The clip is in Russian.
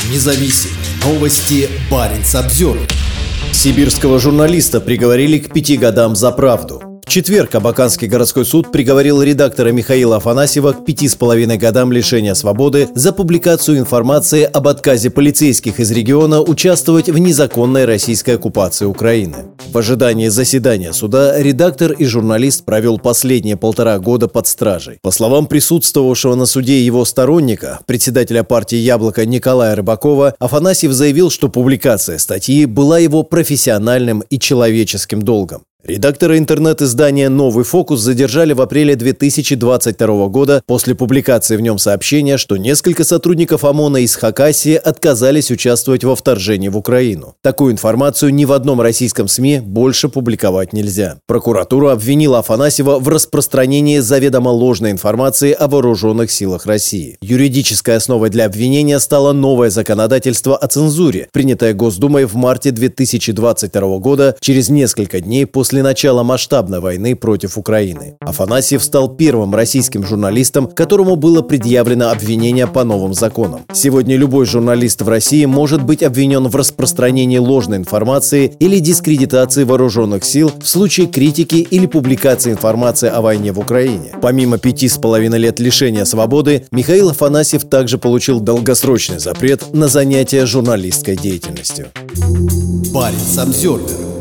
независим. Новости Баренц-Обзервер. Сибирского журналиста приговорили к 5 годам за правду. В четверг Абаканский городской суд приговорил редактора Михаила Афанасьева к 5,5 годам лишения свободы за публикацию информации об отказе полицейских из региона участвовать в незаконной российской оккупации Украины. В ожидании заседания суда редактор и журналист провел последние 1,5 года под стражей. По словам присутствовавшего на суде его сторонника, председателя партии «Яблоко» Николая Рыбакова, Афанасьев заявил, что публикация статьи была его профессиональным и человеческим долгом. Редактора интернет-издания «Новый фокус» задержали в апреле 2022 года после публикации в нем сообщения, что несколько сотрудников ОМОНа из Хакасии отказались участвовать во вторжении в Украину. Такую информацию ни в одном российском СМИ больше публиковать нельзя. Прокуратура обвинила Афанасьева в распространении заведомо ложной информации о вооруженных силах России. Юридической основой для обвинения стало новое законодательство о цензуре, принятое Госдумой в марте 2022 года, через несколько дней после начала масштабной войны против Украины. Афанасьев стал первым российским журналистом, которому было предъявлено обвинение по новым законам. Сегодня любой журналист в России может быть обвинен в распространении ложной информации или дискредитации вооруженных сил в случае критики или публикации информации о войне в Украине. Помимо 5,5 лет лишения свободы, Михаил Афанасьев также получил долгосрочный запрет на занятие журналистской деятельностью. Баренц-Обзервер.